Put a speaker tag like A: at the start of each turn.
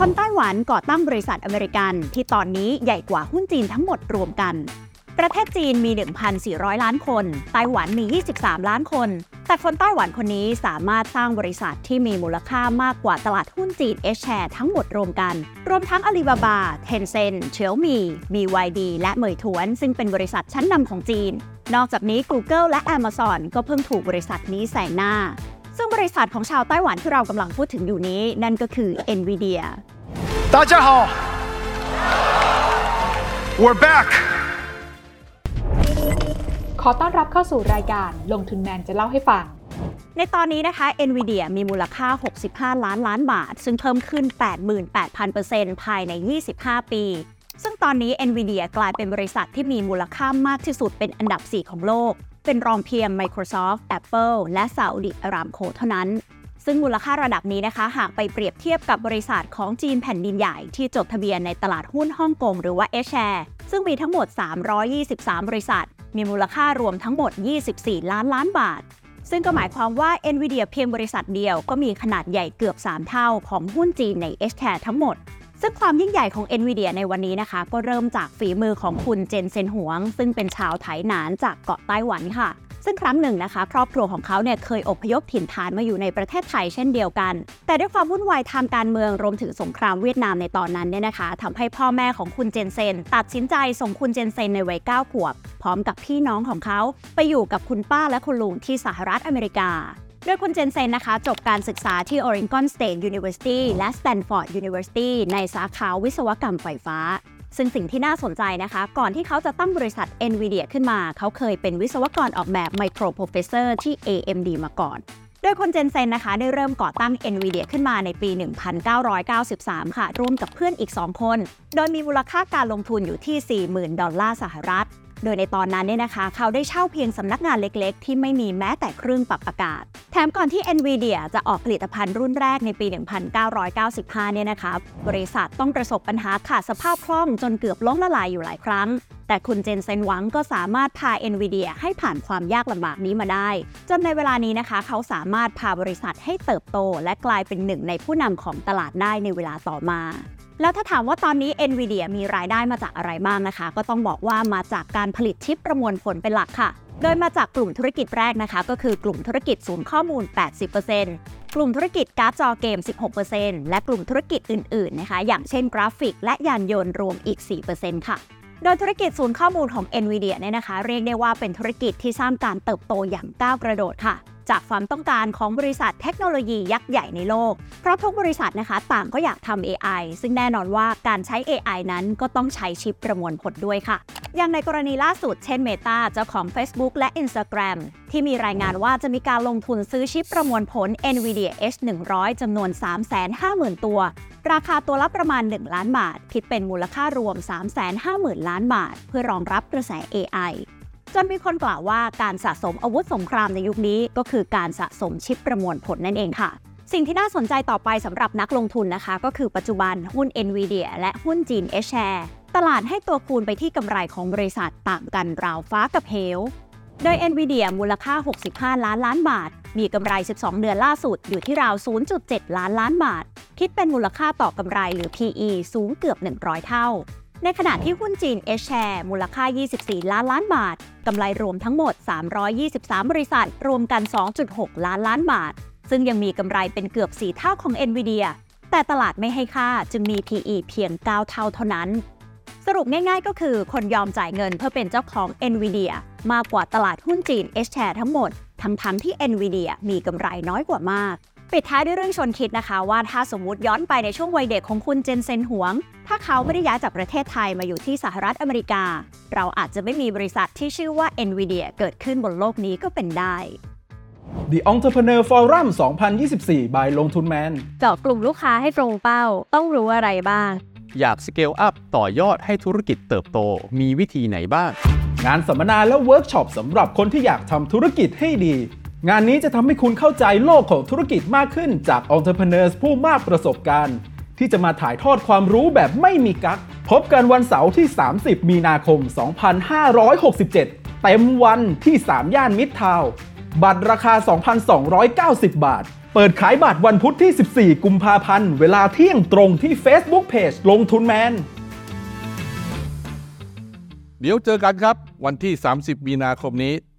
A: คนไต้หวันก่อตั้งบริษัทอเมริกันที่ตอนนี้ใหญ่กว่าหุ้นจีนทั้งหมดรวมกันประเทศจีนมี 1,400 ล้านคนไต้หวันมี 23 ล้านคนแต่คนไต้หวันคนนี้สามารถสร้างบริษัทที่มีมูลค่ามากกว่าตลาดหุ้นจีน H-share ทั้งหมดรวมกันรวมทั้ง Alibaba, Tencent, Xiaomi, BYD และเหมยถวนซึ่งเป็นบริษัทชั้นนำของจีนนอกจากนี้ Google และ Amazon ก็เพิ่งถูกบริษัทนี้แซงหน้าซึ่งบริษัทของชาวไต้หวันที่เรากำลังพูดถึงอยู่นี้นั่นก็คือ Nvidia
B: 大家好 We're back
C: ขอต้อนรับเข้าสู่รายการลงทุนแมนจะเล่าให้ฟัง
A: ในตอนนี้นะคะ Nvidia มีมูลค่า65 ล้านบาทซึ่งเพิ่มขึ้น 88,000% ภายใน 25 ปีซึ่งตอนนี้ Nvidia กลายเป็นบริษัทที่มีมูลค่ามากที่สุดเป็นอันดับ 4 ของโลกเป็นรองเพียง Microsoft, Apple และซาอุดิอารามโคเท่านั้นซึ่งมูลค่าระดับนี้นะคะหากไปเปรียบเทียบกับบริษัทของจีนแผ่นดินใหญ่ที่จดทะเบียนในตลาดหุ้นฮ่องกงหรือว่า H-share ซึ่งมีทั้งหมด323บริษัทมีมูลค่ารวมทั้งหมด24 ล้านบาทซึ่งก็หมายความว่า Nvidia เพียงบริษัทเดียวก็มีขนาดใหญ่เกือบ3เท่าของหุ้นจีนใน H-share ทั้งหมดซึ่งความยิ่งใหญ่ของ Nvidia ในวันนี้นะคะก็เริ่มจากฝีมือของคุณเจนเซนหวงซึ่งเป็นชาวไถหนานจากเกาะไต้หวันค่ะซึ่งครั้งหนึ่งนะคะครอบครัวของเขาเนี่ยเคยอพยพถิ่นฐานมาอยู่ในประเทศไทยเช่นเดียวกันแต่ด้วยความวุ่นวายทางการเมืองรวมถึงสงครามเวียดนามในตอนนั้นเนี่ยนะคะทำให้พ่อแม่ของคุณเจนเซนตัดสินใจส่งคุณเจนเซนในวัย9 ขวบพร้อมกับพี่น้องของเขาไปอยู่กับคุณป้าและคุณลุงที่สหรัฐอเมริกาโดยคุณเจนเซนนะคะจบการศึกษาที่ Oregon State University และ Stanford University ในสาขาวิศวกรรมไฟฟ้าซึ่งสิ่งที่น่าสนใจนะคะก่อนที่เขาจะตั้งบริษัท Nvidia ขึ้นมาเขาเคยเป็นวิศวกรออกแบบ Microprocessor ที่ AMD มาก่อนโดยคุณเจนเซนนะคะได้เริ่มก่อตั้ง Nvidia ขึ้นมาในปี 1993 ค่ะร่วมกับเพื่อนอีก 2 คนโดยมีมูลค่าการลงทุนอยู่ที่ $40,000 สหรัฐโดยในตอนนั้นเนี่ยนะคะเขาได้เช่าเพียงสำนักงานเล็กๆที่ไม่มีแม้แต่เครื่องปรับอากาศแถมก่อนที่ Nvidia จะออกผลิตภัณฑ์รุ่นแรกในปี 1995 เนี่ยนะคะบริษัทต้องประสบปัญหาขาดสภาพคล่องจนเกือบล้มละลายอยู่หลายครั้งแต่คุณเจนเซนหวังก็สามารถพา Nvidia ให้ผ่านความยากลำบากนี้มาได้จนในเวลานี้นะคะเขาสามารถพาบริษัทให้เติบโตและกลายเป็นหนึ่งในผู้นำของตลาดได้ในเวลาต่อมาแล้วถ้าถามว่าตอนนี้ Nvidia มีรายได้มาจากอะไรบ้างนะคะก็ต้องบอกว่ามาจากการผลิตชิปประมวลผลเป็นหลักค่ะโดยมาจากกลุ่มธุรกิจแรกนะคะก็คือกลุ่มธุรกิจศูนย์ข้อมูล 80% กลุ่มธุรกิจการ์ดจอเกม 16% และกลุ่มธุรกิจอื่นๆนะคะอย่างเช่นกราฟิกและยานยนต์รวมอีก 4% ค่ะโดยธุรกิจศูนย์ข้อมูลของ Nvidia เนี่ยนะคะเรียกได้ว่าเป็นธุรกิจที่สร้างการเติบโตอย่างก้าวกระโดดค่ะจากความต้องการของบริษัทเทคโนโลยียักษ์ใหญ่ในโลกเพราะทุกบริษัทนะคะต่างก็อยากทำ AI ซึ่งแน่นอนว่าการใช้ AI นั้นก็ต้องใช้ชิปประมวลผลด้วยค่ะอย่างในกรณีล่าสุดเช่น Meta เจ้าของ Facebook และ Instagram ที่มีรายงานว่าจะมีการลงทุนซื้อชิปประมวลผล Nvidia H100 จำนวน 350,000 ตัวราคาตัวละประมาณ1ล้านบาทคิดเป็นมูลค่ารวม 350,000 ล้านบาทเพื่อรองรับกระแส AIจนมีคนกล่าวว่าการสะสมอาวุธสงครามในยุคนี้ก็คือการสะสมชิปประมวลผลนั่นเองค่ะสิ่งที่น่าสนใจต่อไปสำหรับนักลงทุนนะคะก็คือปัจจุบันหุ้น Nvidia และหุ้นจีน H-share ตลาดให้ตัวคูณไปที่กำไรของบริษัทต่างกันราวฟ้ากับเหวโดย Nvidia มูลค่า65 ล้านบาทมีกำไร12เดือนล่าสุดอยู่ที่ราว 0.7 ล้านบาทคิดเป็นมูลค่าต่อกำไรหรือ PE สูงเกือบ100เท่าในขณะที่หุ้นจีน H-share มูลค่า24 ล้านบาทกำไรรวมทั้งหมด323บริษัทรวมกัน 2.6 ล้านบาทซึ่งยังมีกำไรเป็นเกือบ4เท่าของ Nvidia แต่ตลาดไม่ให้ค่าจึงมี PE เพียง9เท่าเท่านั้นสรุปง่ายๆก็คือคนยอมจ่ายเงินเพื่อเป็นเจ้าของ Nvidia มากกว่าตลาดหุ้นจีน H-share ทั้งหมดทั้งที่ Nvidia มีกำไรน้อยกว่ามากปิดท้ายด้วยเรื่องชวนคิดนะคะว่าถ้าสมมุติย้อนไปในช่วงวัยเด็กของคุณเจนเซนหวงถ้าเขาไม่ได้ย้ายจากประเทศไทยมาอยู่ที่สหรัฐอเมริกาเราอาจจะไม่มีบริษัทที่ชื่อว่า Nvidia เกิดขึ้นบนโลกนี้ก็เป็นได้
D: The Entrepreneur Forum 2024 by ลงทุนแมน
E: เจาะกลุ่มลูกค้าให้ตรงเป้าต้องรู้อะไรบ้าง
F: อยากสเกลอัพต่อยอดให้ธุรกิจเติบโตมีวิธีไหนบ้าง
D: งานสัมมนาและเวิร์กช็อปสำหรับคนที่อยากทำธุรกิจให้ดีงานนี้จะทำให้คุณเข้าใจโลกของธุรกิจมากขึ้นจาก Entrepreneurs ผู้มากประสบการณ์ที่จะมาถ่ายทอดความรู้แบบไม่มีกั๊กพบกันวันเสาร์ที่30มีนาคม2567เต็มวันที่3ย่านมิตรทาวน์บัตรราคา 2,290 บาทเปิดขายบัตรวันพุธที่ 14 กุมภาพันธ์ เวลาเที่ยงตรงที่ Facebook Page ลงทุนแมน
G: เดี๋ยวเจอกันครับวันที่ 30 มีนาคมนี้